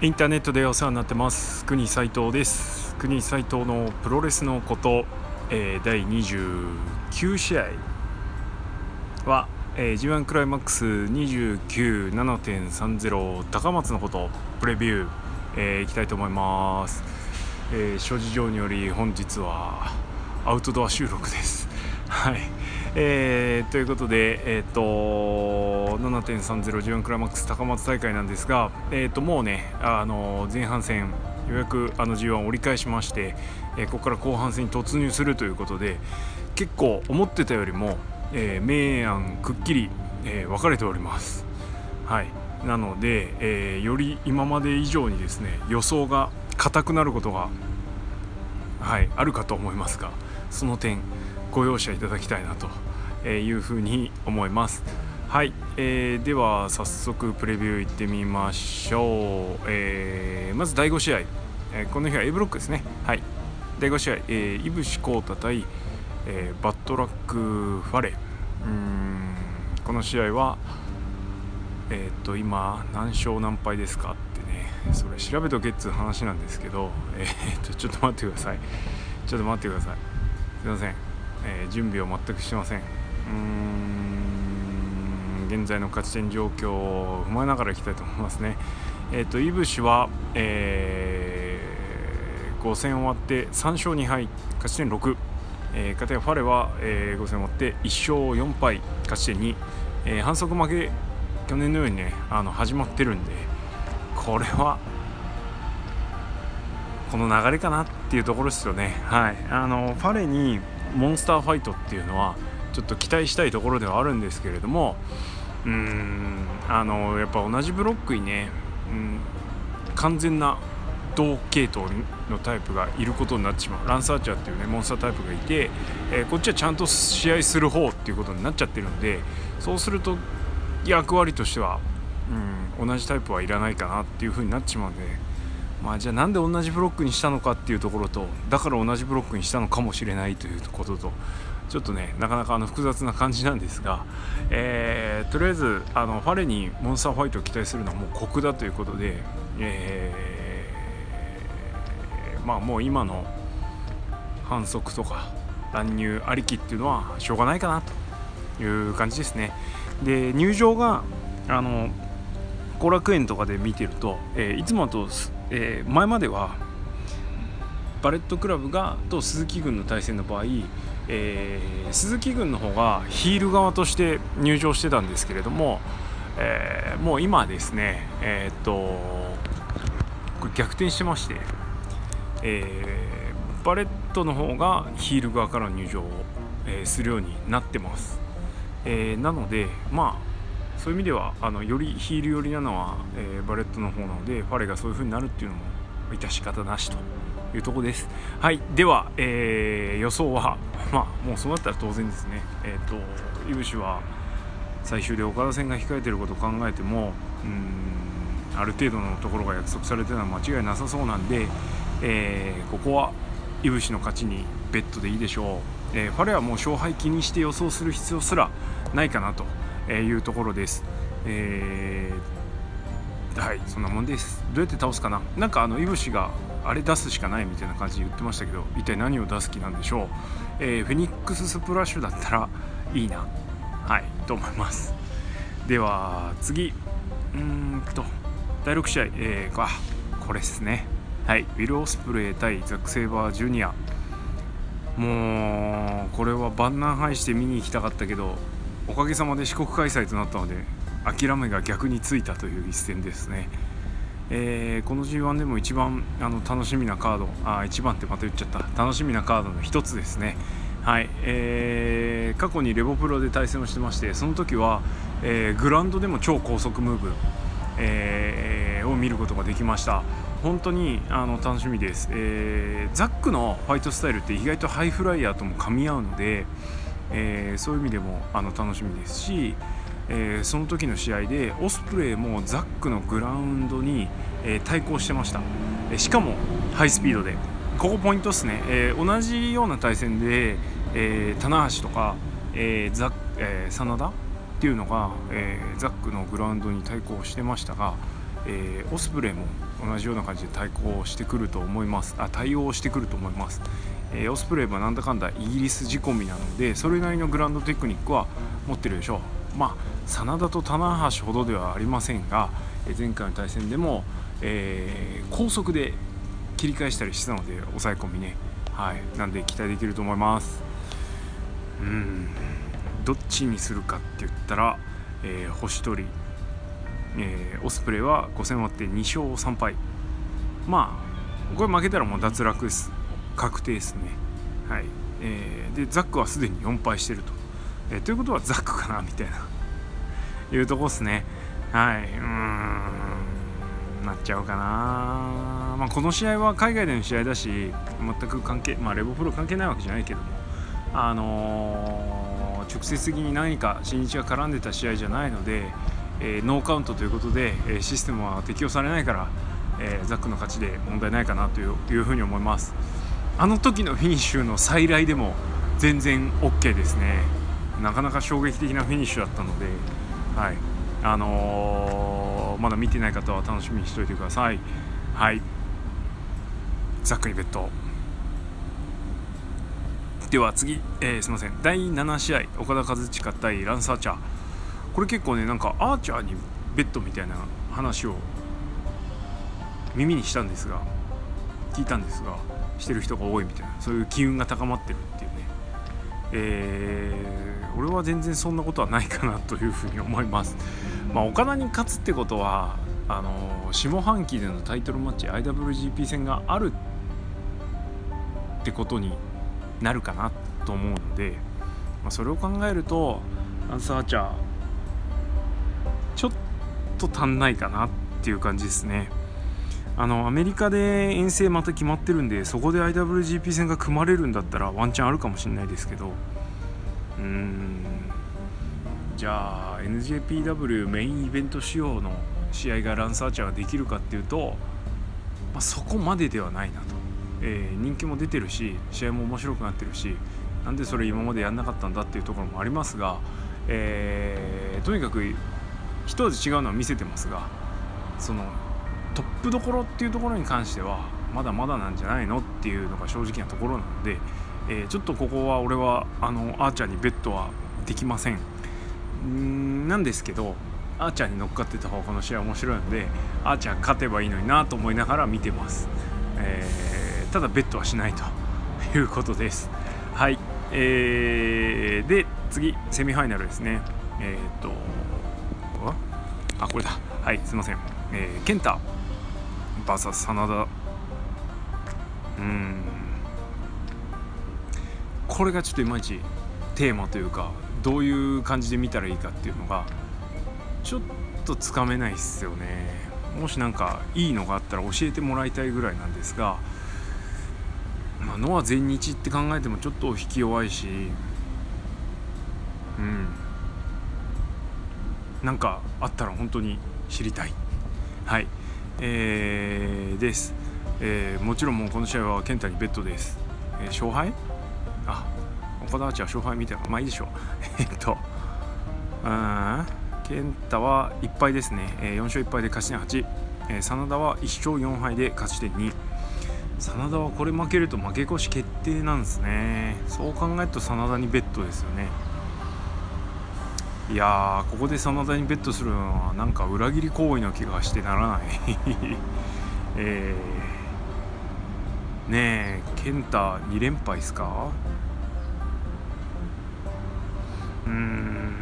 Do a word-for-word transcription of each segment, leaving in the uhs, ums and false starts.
インターネットでお世話になってます国斉藤です。国斉藤のプロレスのこと、えー、だいにじゅうきゅうしあいは、えー、ジーワン クライマックスにじゅうきゅう ななてんさんじゅう 高松のことプレビュー、えー、いきたいと思います。えー、諸事情により本日はアウトドア収録ですはい、えー、ということで、えー、と ななてんさんじゅう ジーワン クライマックス高松大会なんですが、えー、ともうねあの前半戦ようやくあの ジーワン 折り返しまして、えー、ここから後半戦に突入するということで、結構思ってたよりも、えー、明暗くっきり、えー、分かれております。はい、なので、えー、より今まで以上にですね予想が硬くなることが、はい、あるかと思いますが、その点ご容赦いただきたいなというふうに思います。はい、えー、では早速プレビューいってみましょう。えー、まずだいご試合、えー、この日は A ブロックですね。はい、だいご試合、えー、井伏浩太対、えー、バッドラックファレ。うーんこの試合はえっ、ー、と今何勝何敗ですかってね、それ調べとけっつう話なんですけど、えー、とちょっと待ってくださいちょっと待ってくださいすいません、えー、準備を全くしてません。うーん現在の勝ち点状況を踏まえながらいきたいと思いますね。えっ、ー、と井伏は、えー、ご戦終わってさんしょうにはい勝ち点ろく、えー、かたやファレは、えー、ご戦終わっていっしょうよん敗勝ち点に、えー、反則負け去年のようにねあの始まってるんで、これはこの流れかなっていうところですよね。はい、あのファレにモンスターファイトっていうのはちょっと期待したいところではあるんですけれども、うーんあのやっぱ同じブロックにね、うん、完全な同系統のタイプがいることになってしまう。ランサーチャーっていうねモンスタータイプがいて、えー、こっちはちゃんと試合する方っていうことになっちゃってるんで、そうすると役割としては、うん、同じタイプはいらないかなっていう風になってしまうので、まあ、じゃあなんで同じブロックにしたのかっていうところと、だから同じブロックにしたのかもしれないということと、ちょっとねなかなかあの複雑な感じなんですが、えー、とりあえずあのファレにモンスターファイトを期待するのはもう酷だということで、えー、まあもう今の反則とか乱入ありきっていうのはしょうがないかなという感じですね。で入場があの後楽園とかで見てると、えー、いつもと、えー、前まではバレットクラブがと鈴木軍の対戦の場合、えー、鈴木軍の方がヒール側として入場してたんですけれども、えー、もう今ですねえー、っとこれ逆転してまして、えー、バレットの方がヒール側からの入場を、えー、するようになってます。えー、なのでまあそういう意味ではあのよりヒール寄りなのは、えー、バレットの方なので、ファレがそういう風になるっていうのも致し方なしというところです。はい、では、えー、予想はまあもうそうなったら当然ですね。えっ、ー、と井伏は最終で岡田戦が控えていることを考えても、うーんある程度のところが約束されているのは間違いなさそうなんで、えー、ここは井伏の勝ちにベットでいいでしょう。えー、ファレはもう勝敗気にして予想する必要すらないかなというところです。えー、はいそんなもんです。どうやって倒すかな。なんかあの井伏があれ出すしかないみたいな感じで言ってましたけど、一体何を出す気なんでしょう。えー、フェニックススプラッシュだったらいいなはいと思います。では次うーんとだいろく試合、えー、あこれですね。はいウィル・オスプレイ対ザック・セイバージュニア。もうこれは万難排して見に行きたかったけど、おかげさまで四国開催となったので諦めが逆についたという一戦ですね。えー、この ジーワン でも一番あの楽しみなカード、あ一番ってまた言っちゃった、楽しみなカードの一つですね。はい、えー、過去にレボプロで対戦をしてまして、その時は、えー、グラウンドでも超高速ムーブ、えー、を見ることができました。本当にあの楽しみです。えー、ザックのファイトスタイルって意外とハイフライヤーとも噛み合うので、えー、そういう意味でもあの楽しみですし、えー、その時の試合でオスプレイもザックのグラウンドに、えー、対抗してました。えー、しかもハイスピードで、ここポイントですね。えー、同じような対戦で、えー、棚橋とか、えーザックえー、真田っていうのが、えー、ザックのグラウンドに対抗してましたが、えー、オスプレイも同じような感じで対抗してくると思いますあ対応してくると思います。えー、オスプレイはなんだかんだイギリス仕込みなのでそれなりのグラウンドテクニックは持ってるでしょう。まあ真田と棚橋ほどではありませんが、えー、前回の対戦でも、えー、高速で切り返したりしたので抑え込みね、はい、なんで期待できると思います。うーんどっちにするかって言ったら、えー、星取り、えー、オスプレイはご戦終わってにしょうさんぱい、まあこれ負けたらもう脱落です確定ですね。はい、えー、でザックはすでによんぱいしてると、えー、ということはザックかなみたいないうとこですね。はい、うーんなっちゃうかな。まあ、この試合は海外での試合だし全く関係、まあ、レボプロ関係ないわけじゃないけども、あのー、直接的に何か新日が絡んでた試合じゃないので、えー、ノーカウントということで、えー、システムは適用されないから、えー、ザックの勝ちで問題ないかなという、いうふうに思います。あの時のフィニッシュの再来でも全然 OK ですね。なかなか衝撃的なフィニッシュだったので、はい、あのー、まだ見てない方は楽しみにしておいてください。はい、ザックにベットでは次、えー、すみませんだいななしあい岡田和親対ランスアーチャー。これ結構ねなんかアーチャーにベットみたいな話を耳にしたんですが聞いたんですがしてる人が多いみたいな、そういう機運が高まってるっていうね、えー、俺は全然そんなことはないかなというふうに思います。まあ、岡田に勝つってことはあのー、下半期でのタイトルマッチ アイダブリュージーピー 戦があるってことになるかなと思うので、まあ、それを考えるとランスアーチャーちょっと足んないかなっていう感じですね。あのアメリカで遠征また決まってるんでそこで アイダブリュージーピー 戦が組まれるんだったらワンチャンあるかもしれないですけど、うーんじゃあ エヌジェーピーダブリュー メインイベント仕様の試合がランスアーチャーができるかっていうと、まあ、そこまでではないなと、えー、人気も出てるし試合も面白くなってるしなんでそれ今までやんなかったんだっていうところもありますが、えー、とにかく一味違うのは見せてますがそのトップどころっていうところに関してはまだまだなんじゃないのっていうのが正直なところなので、えー、ちょっとここは俺はあのアーチャーにベットはできません。んなんですけどアーチャーに乗っかってた方がこの試合面白いのでアーチャー勝てばいいのになと思いながら見てます。えー、ただベットはしないということです。はい、えー、で次セミファイナルですね。えっ、ー、とあこれだはいすいません、えー、ケンタ ブイエス 真田、うーんこれがちょっといまいちテーマというかどういう感じで見たらいいかっていうのがちょっとつかめないっすよね。もしなんかいいのがあったら教えてもらいたいぐらいなんですが、まあ、ノア全日って考えてもちょっと引き弱いし、うんなんかあったら本当に知りたい。はい、えー、です、えー、もちろんもうこの試合はケンタにベットです。えー、勝敗あ岡田アーチは勝敗見てまあいいでしょうえっとあケンタはいっぱいですね、えー、よんしょういっぱいで勝ち点はち、えー、真田はいっしょうよんはいで勝ち点に。真田はこれ負けると負け越し決定なんですね。そう考えると真田にベットですよね。いやーここで真田にベットするのはなんか裏切り行為の気がしてならないえー、ねえケンタに連敗ですか。うーん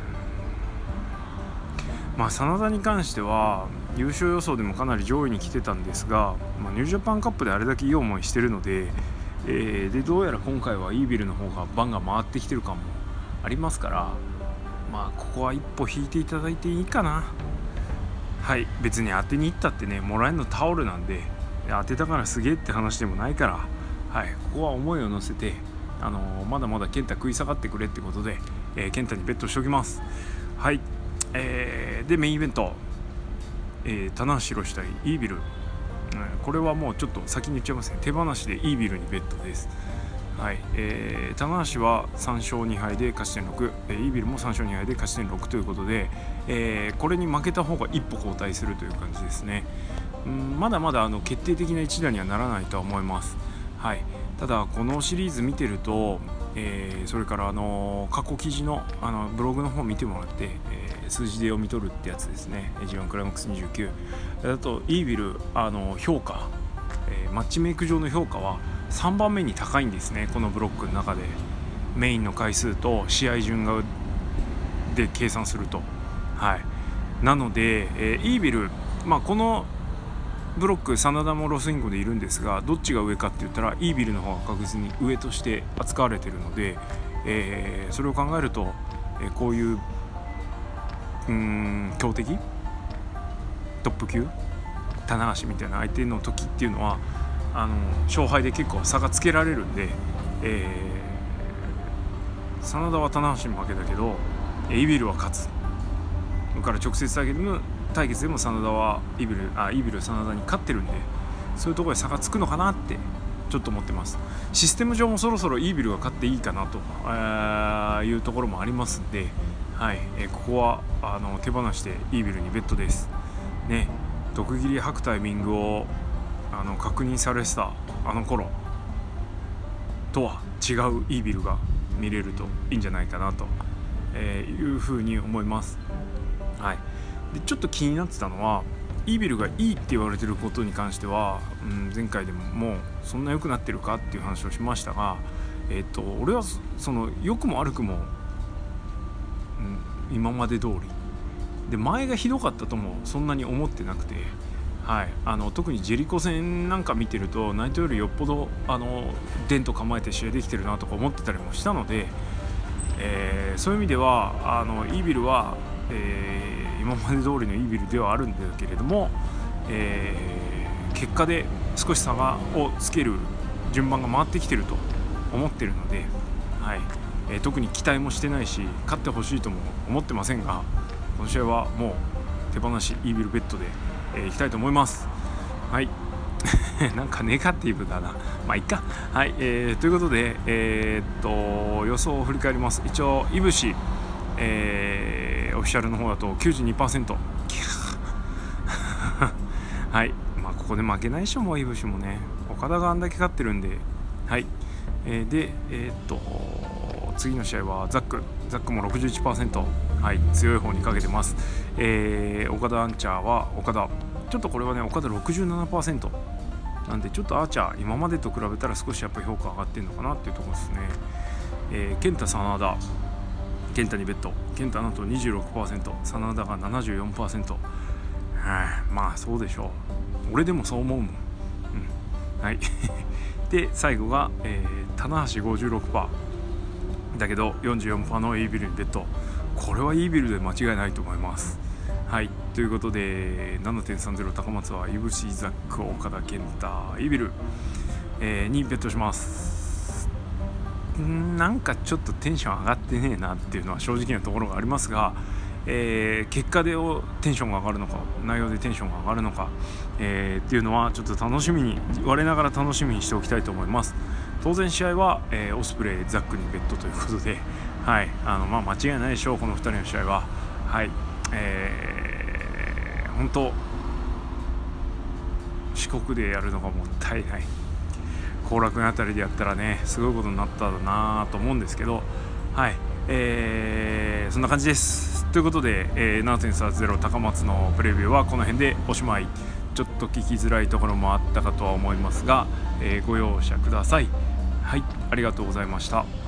まあ真田に関しては優勝予想でもかなり上位に来てたんですが、まあ、ニュージャパンカップであれだけいい思いしてるので、えー、でどうやら今回はイービルの方が番が回ってきてる感もありますから、まあここは一歩引いていただいていいかな。はい、別に当てに行ったってねもらえるのタオルなんで当てたからすげえって話でもないから、はい、ここは思いを乗せて、あのー、まだまだ健太食い下がってくれってことで、えー、健太にベットしておきます。はい、えー、でメインイベント、えー、棚橋宏対イービル、うん、これはもうちょっと先に言っちゃいますね。手放しでイービルにベットです。はい、えー、棚橋はさんしょうにはいで勝ち点ろく、えー、イービルもさんしょうにはいで勝ち点ろくということで、えー、これに負けた方が一歩後退するという感じですね。 うん、まだまだあの決定的な一打にはならないとは思います。はい、ただこのシリーズ見てると、えー、それからあの過去記事のあのブログの方見てもらって、えー、数字で読み取るってやつですね。 ジーワン クライマックスにじゅうきゅうだとイービルあの評価、えー、マッチメイク上の評価はさんばんめに高いんですね。このブロックの中でメインの回数と試合順がで計算すると、はい、なので、えー、イービル、まあ、このブロック真田もロスインゴでいるんですが、どっちが上かって言ったらイービルの方が確実に上として扱われているので、えー、それを考えると、えー、こういう、うーん強敵トップ級棚橋みたいな相手の時っていうのはあの勝敗で結構差がつけられるんで、えー、真田は棚橋に負けたけどイービルは勝つ。だから直接対決でも対決でも真田はイービルあイービル真田に勝ってるんで、そういうところで差がつくのかなってちょっと思ってます。システム上もそろそろイービルが勝っていいかなと、えー、いうところもありますんで、はい、えー、ここはあの手放してイービルにベットですね。毒斬り吐くタイミングをあの確認されてたあの頃とは違うイービルが見れるといいんじゃないかなと、えー、いうふうに思います。はい、でちょっと気になってたのはイービルがいいって言われてることに関しては、うん、前回でももうそんな良くなってるかっていう話をしましたが、えー、と俺はその良くも悪くも、うん、今まで通りで前がひどかったともそんなに思ってなくて、はい、あの特にジェリコ戦なんか見てるとナイトよりよっぽどあのデンと構えて試合できてるなとか思ってたりもしたので、えー、そういう意味ではあのイービルは、えー、今まで通りのイービルではあるんだけれども、えー、結果で少し差がをつける順番が回ってきてると思ってるので、はい、えー、特に期待もしてないし勝ってほしいとも思ってませんが、この試合はもう手放しイービルベットで、えー、いきたいと思います。はいなんかネガティブだな。まあいっか。はい、えー、ということで、えー、っと予想を振り返ります。一応いぶし、えー、オフィシャルの方だと きゅうじゅうにパーセント はい、まあここで負けないでしょ。もういぶしもね岡田があんだけ勝ってるんで、はい、えー、でえー、っと次の試合はザックザックも ろくじゅういちパーセント、はい、強い方にかけてます。えー、岡田アンチャーは岡田ちょっとこれはね岡田 ろくじゅうななパーセント なんでちょっとアーチャー今までと比べたら少しやっぱ評価上がってるのかなっていうところですね。えー、健太真田健太にベット健太なんと にじゅうろくパーセント 真田が ななじゅうよんパーセント、はあ、まあそうでしょう。俺でもそう思うもん、うん、はいで最後が、えー、棚橋 ごじゅうろくパーセント だけど よんじゅうよんパーセント のイービルにベット。これはイービルで間違いないと思います。はい、ということで ななてんさんぜろ 高松はいぶしザック岡田健太イービル、えー、にベットします。んなんかちょっとテンション上がってねえなっていうのは正直なところがありますが、えー、結果でテンションが上がるのか内容でテンションが上がるのか、えー、っていうのはちょっと楽しみに我ながら楽しみにしておきたいと思います。当然試合は、えー、オスプレイザックにベットということで、はい、あのまあ間違いないでしょうこのふたりの試合は。はい、えー、本当四国でやるのがもったいない。後楽園あたりでやったらねすごいことになったなと思うんですけど、はい、えー、そんな感じです。ということで、えー、ななてんさんぜろ 高松のプレビューはこの辺でおしまい。ちょっと聞きづらいところもあったかとは思いますが、えー、ご容赦ください。はい、ありがとうございました。